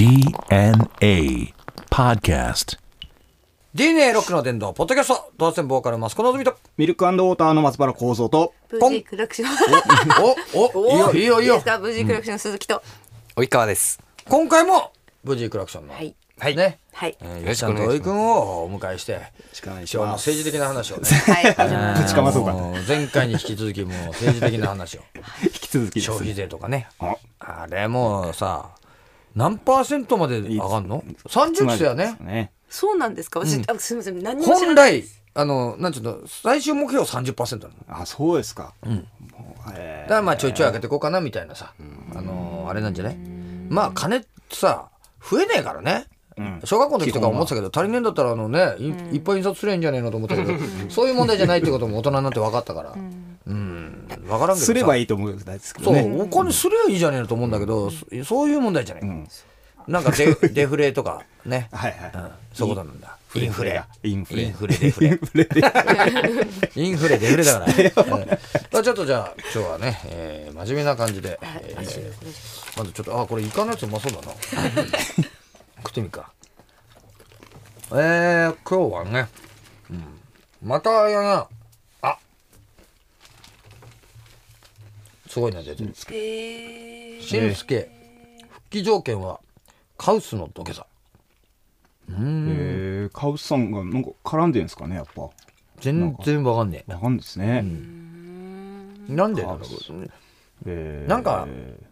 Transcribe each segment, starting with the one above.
DNA Podcast. DNA ロックの伝道ポッドキャスト、ドアセンボーカルマスコのぞみとミルクウォーターの松原幸三と無事クラクションいいよいいよいいですか。無事クラクション鈴木と、 及川です。 今回も無事クラクションのはいはいね、 はいよっちゃんとおいくんをお迎えしてしかないし今日のます政治的な話をねはいぶちかまそうかもう前回に引き続きもう政治的な話を引き続きです消費税とかねああれもうさ何%まで上がんの 30% だよね。 そうなんですか。私、すみません、何にも知ら本ないで来す。 なんていうの最終目標 30% なの。 あそうですか、 だからまあちょいちょい上げていこうかなみたいなさ、あれなんじゃない。まあ金ってさ増えねえからね、小学校の時とか思ってたけど足りねえんだったらいっぱい印刷すりゃいいんじゃねえのと思ったけどそういう問題じゃないってことも大人になって分かったから分からんけどさすればいいと思うんですけそう、 どね。 お金すりゃいいじゃねえのと思うんだけど、そういう問題じゃない、なんかデフレとかねはいはい、 そういうことなんだ。インフレインフレデフレインフレデフレだからちょっとじゃあ今日はね、真面目な感じで、まずちょっとこれイカのやつうまそうだな食ってみるか。今日はね、またやなすごいな出てる。しんすけ復帰条件はカウスの土下座。 カウスさんがなんか絡んでるんですかね、やっぱ全然わかんねわかんですね、 え。なんでだろう。なんか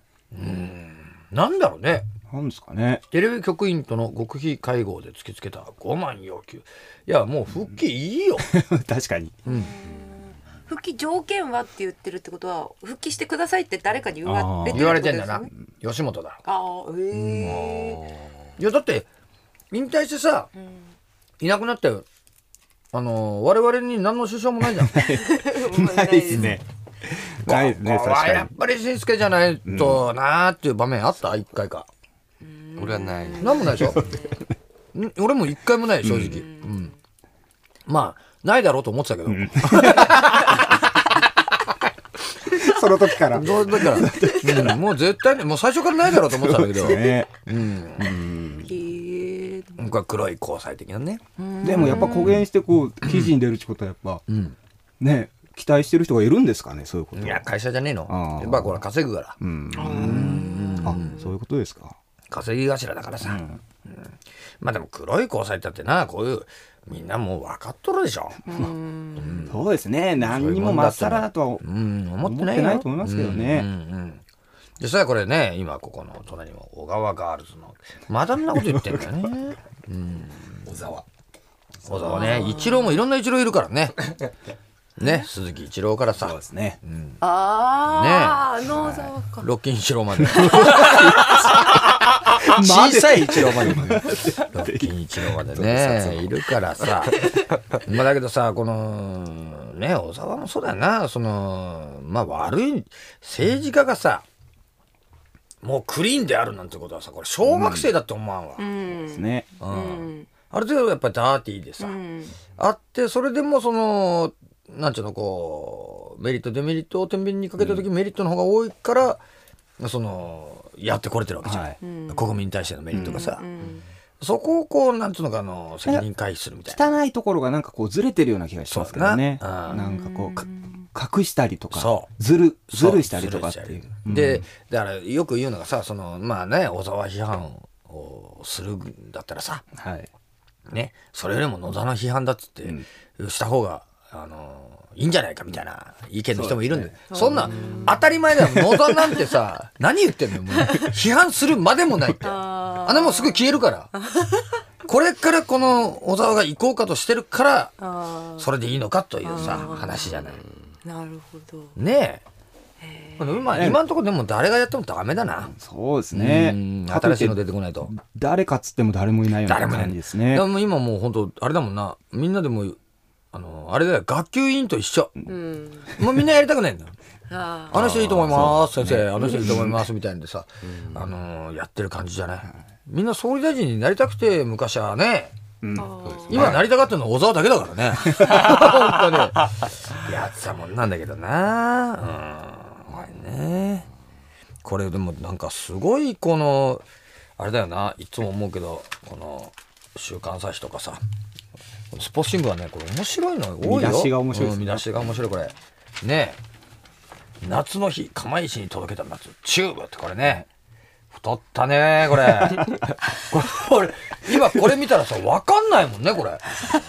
なんだろうね。 なんですかね。 テレビ局員との極秘会合で突きつけた5万要求。いやもう復帰いいよ確かに、 復帰条件はって言ってるってことは、復帰してくださいって誰かに言われてるってことですよね。 言われてんだな。吉本だ。いやだって引退してさ、いなくなって我々に何の支障もないじゃんないですね。ないですね、 ここは確かやっぱりしんすけじゃないとなーっていう場面あった一回か。 俺はない。 なんもないでしょ俺も一回もない正直。まあないだろうと思ってたけど、 その時からだから、もう絶対にもう最初からないだろうと思ってたんだけど、 ね、 僕は黒い交際的なね。 でもやっぱ公言してこう記事に出るってことはやっぱ、ね期待してる人がいるんですかね、そういうこと。 いや会社じゃねえの。 あーやっぱこれ稼ぐから、 そういうことですか。 稼ぎ頭だからさ、まあでも黒い交際だってな、こういうみんなもう分かっとるでしょ。 そうですね、何にもまっさらとは思ってないと思いますけどね。 でさこれね、今ここの隣にも小川ガールズのまだんなこと言ってんだよね小沢ね、一郎もいろんな一郎いるからねね、鈴木一郎からさ、 そうですね。 あのざわか。 ロッキン一郎まで小さい一郎までロッキン一郎までねいるからさまあだけどさ、このね小沢もそうだよな、まあ悪い政治家がさもうクリーンであるなんてことはさ、これ小学生だって思わんわ、 ですね。 ある程度やっぱりダーティーでさ、あってそれでもなんていうの、こうメリットデメリットを天秤にかけた時、メリットの方が多いからやってこれてるわけじゃん、国民に対してのメリットがさ、そこをこうなんていうのか責任回避するみたいな。 汚いところがなんかこうずれてるような気がしますけどね。なんかこう隠したりとかずるしたりとかっていう。 でだからよく言うのがさ、まあね小沢批判をするんだったらさ、ね、それよりも野田の批判だっつってした方がいいんじゃないかみたいな意見の人もいるんで、そんな当たり前だよ。野田なんてさ何言ってんのよ、もう批判するまでもないって、あんなもんすぐ消えるから。これからこの小沢が行こうかとしてるからそれでいいのかというさ話じゃない。 なるほどねえ。今のところでも誰がやってもダメだな。 そうですね。 新しいの出てこないと誰かっつっても誰もいないような感じですね。 でも今もう本当あれだもんな、みんなでもあれだよ、学級委員と一緒、もうみんなやりたくないんだよ。あの人いいと思います先生、あの人いいと思いますみたいんでさ、やってる感じじゃない。みんな総理大臣になりたくて昔はね、今なりたがってるのは小沢だけだからね本当にやってたもんなんだけどな。これでもなんかすごいこのあれだよな、いつも思うけど、この週刊朝日とかさ、スポーツ新聞はね、これ面白いの多いよ。 見出しが面白いですね。 見出しが面白いこれ。ねえ、夏の日釜石に届けた夏チューブってこれね、太ったねこれ。これ今これ見たらさ分かんないもんねこれ。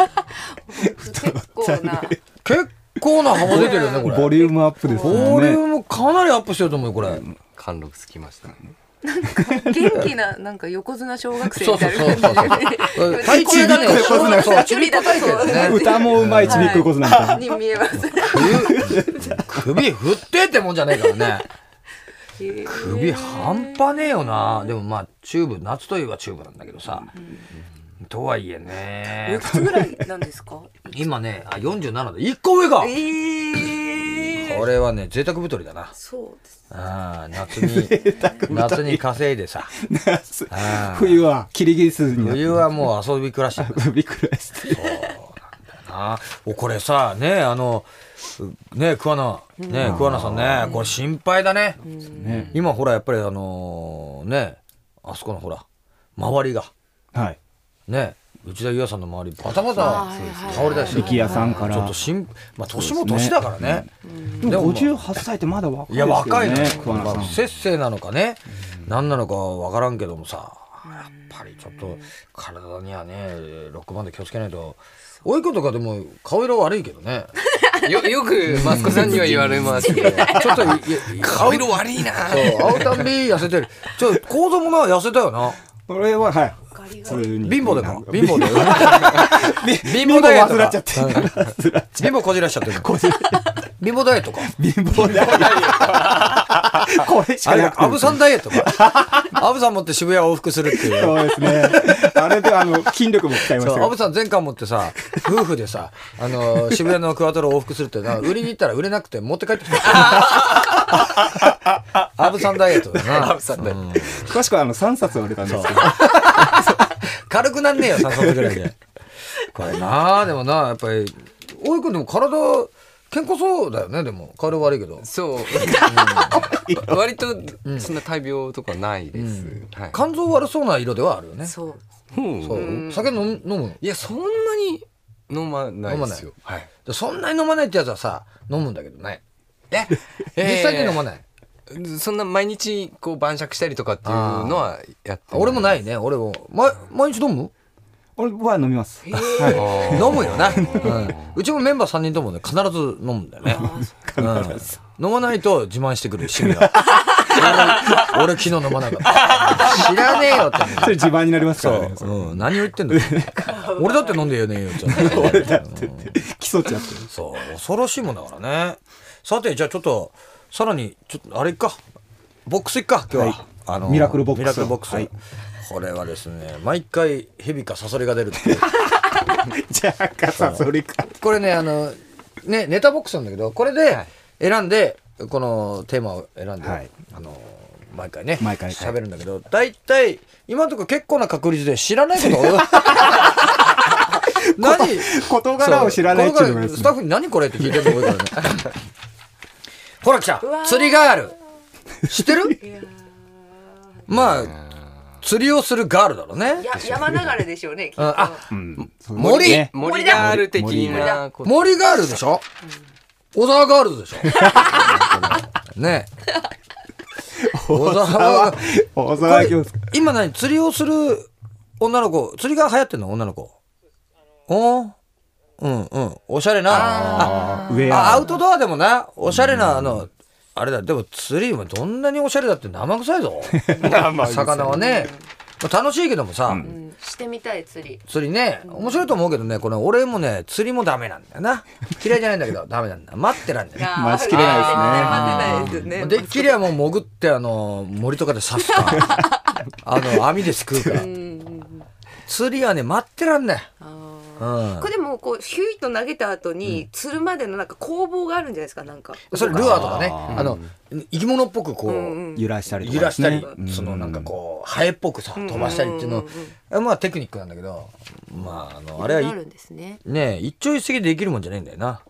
結構な幅出てるよねこれ。 ボリュームアップですね。 ボリュームかなりアップしてると思うよこれ。 貫禄つきましたね。 なんか元気ななんか横綱小学生みたいな感じで。 体中がね、そうちびっこ体型でね。 歌もうまいちびっこ横綱みたいな。 に見えます。 首振ってってもんじゃねえからね。首半端ねえよな。でもまあチューブ、夏といえばチューブなんだけどさ、とはいえね。 いくつぐらいなんですか？ 今ね、47で1個上か。これはね贅沢太りだな。 そうです。 夏に稼いでさ。 冬はキリギリスに。 冬はもう遊び暮らしてる。 遊び暮らして。 そうなんだよな。これさねね桑名さんね、これ心配だね。今ほらやっぱりねあそこのほら周りがね内田裕也さんの周りバタバタ倒れたりして、 力也さんからちょっとまあ年も年だからね。 でも58歳ってまだ若いですよね。 いや若いね。 桑名さん。 不摂生なのかね何なのかわからんけどもさ、やっぱりちょっと体にはねロックバンド気をつけないと。多いことかでも顔色悪いけどね。 よくマツコさんには言われますけど、ちょっと顔色悪いな。 そう会うたんび痩せてる。構造もな痩せたよな。 これははい。 貧乏でも貧乏で貧乏ダイエットか。貧乏こじらしちゃってる。貧乏ダイエットか。 貧乏ダイエット。これしかなくて。 アブさんダイエットか。アブさん持って渋谷往復するっていう。 そうですね。あれで筋力も鍛えましたよ。 アブさん全巻持ってさ、夫婦でさ、渋谷のクワトロ往復するって売りに行ったら売れなくて持って帰ってきた。アブさんダイエットだな。 アブさんダイエット。 詳しくは3冊売れたんですけど。 軽くなんねえよ3冊ぐらいで。これなあ、でもなやっぱり大井君でも体健康そうだよね。でも体悪いけど。 そう。割とそんな大病とかないです。 肝臓悪そうな色ではあるよね。 そう。 酒飲む？ いやそんなに飲まないですよ。はい。 そんなに飲まないってやつはさ飲むんだけどね。実際に飲まない。 そんな毎日こう晩酌したりとかっていうのはやってない。 俺もないね。俺も毎日飲む？ 俺は飲みます。 飲むよな。うちもメンバー3人ともね必ず飲むんだよね。飲まないと自慢してくる趣味が。俺昨日飲まなかった。知らねえよって。 それ自慢になりますからね。 何を言ってんだよ。俺だって飲んでよねえよって。 俺だって競っちゃってる。 そう恐ろしいもんだからね。さてじゃあちょっとさらにちょっとあれいっかボックスいっか今日は、 ミラクルボックス。 はい、これはですね毎回ヘビかサソリが出るっていう。 じゃあサソリか。 これねネタボックスなんだけどこれで選んでこのテーマを選んで、毎回ね喋るんだけどだいたい今のところ結構な確率で知らないことを事柄を知らないっていうのがですね。 スタッフに何これって聞いてると思うからね。ほら来た釣りガール知ってる？まあ釣りをするガールだろうね。 山流れでしょうね。 森ガール的な森ガールでしょ。小沢ガールズでしょ。ね小沢今何釣りをする女の子釣りが流行ってんの女の子。おしゃれなアウトドアでもなおしゃれなあれだ。でも釣りはどんなにおしゃれだって生臭いぞ。魚はね楽しいけどもさ、 してみたい釣りね面白いと思うけどねこれ俺もね釣りもダメなんだよな。嫌いじゃないんだけどダメなんだ。待ってらんだよ。 待ちきれないですね。 できればもう潜って森とかで刺すか網ですくうか。釣りはね待ってらんない。 これでもこうヒュイと投げた後に釣るまでのなんか攻防があるんじゃないですか。なんかそれルアーとかね生き物っぽくこう揺らしたりそのなんかこうハエっぽくさ飛ばしたりっていうのまあテクニックなんだけどあれはね一朝一夕できるもんじゃないんだよな。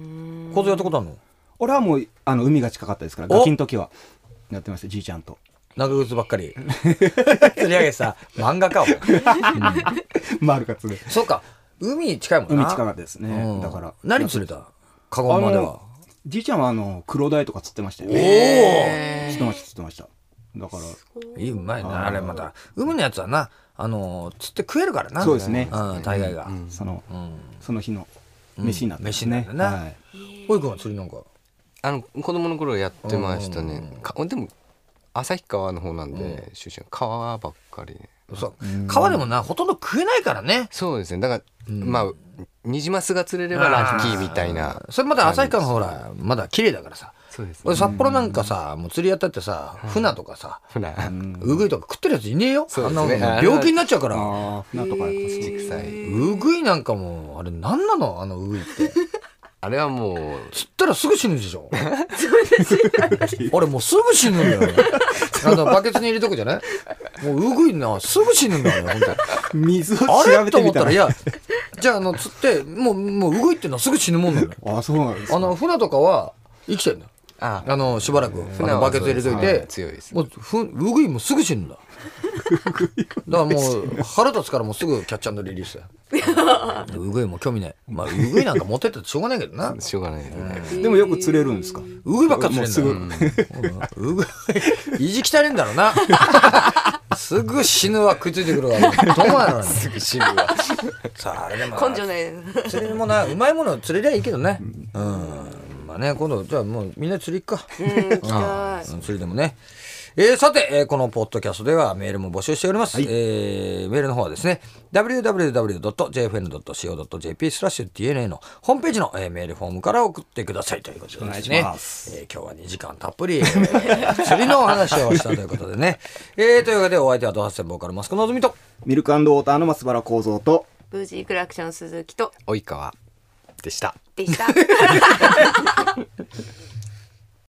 構造やったことあるの？ 俺はもう海が近かったですからガキの時はやってましたじいちゃんと。 長靴ばっかり釣り上げてさ、漫画かお前、 丸かつで。 そうか、海近いもんな。 海近かったですね。だから何釣れた？カゴまでは。 じいちゃんは黒鯛とか釣ってましたよおね。釣ってました。だからいいうまいなあれ。また海のやつはな、釣って食えるからな。 そうですね。 大概がその日の飯になってますね。 飯になるな。おいくんは釣りなんか子供の頃やってましたね。でも旭川の方なんで出身川ばっかり。 そう川でもなほとんど食えないからね。 そうですね。だからまあニジマスが釣れればラッキーみたいな。 それまだ旭川のほらまだ綺麗だからさ。 そうですね。 俺札幌なんかさ、もう釣りやったってさ、船とかさ、ウグイとか食ってるやついねえよ。あんなもん病気になっちゃうから。 船とかウグイなんかもあれなんなの、ウグイって。 あれはもう釣ったらすぐ死ぬでしょ。あれもうすぐ死ぬんだよ。バケツに入れとくじゃない。もうウグイなすぐ死ぬんだよ。 水を調あれとべてみたら、 思ったら、いやじゃあ釣ってもうウグイってのはすぐ死ぬもんなのよ。 あ、そうなんですか。 船とかは生きてるんだよ。しばらくバケツ入れといて、 強いです。 もうウグイもすぐ死ぬんだ。だからもう腹立つからもうすぐキャッチャーリリースだよ。ウグイも興味ない。まあウグイなんか持ってってしょうがないけどな。 しょうがないね。 でもよく釣れるんですか。 ウグイばっか釣れるんだよ。ウグイ意地汚いんだろうな。すぐ死ぬわ食いついてくるわ。どうもやろうね。 すぐ死ぬわ。 さああれでも根性ない釣りもなうまいもの釣れりゃいいけどね。まあね今度じゃあもうみんな釣り行くか。釣りでもね。さて、このポッドキャストではメールも募集しております。メールの方はですね www.jfn.co.jp/tna のホームページの、メールフォームから送ってくださいということでですね。今日は2時間たっぷり、釣りのお話をしたということでね。というわけでお相手はドハッセンボーカルマスクのぞみとミルク&ウォーターの松原幸三とブージークラクション鈴木と及川でした。 でした。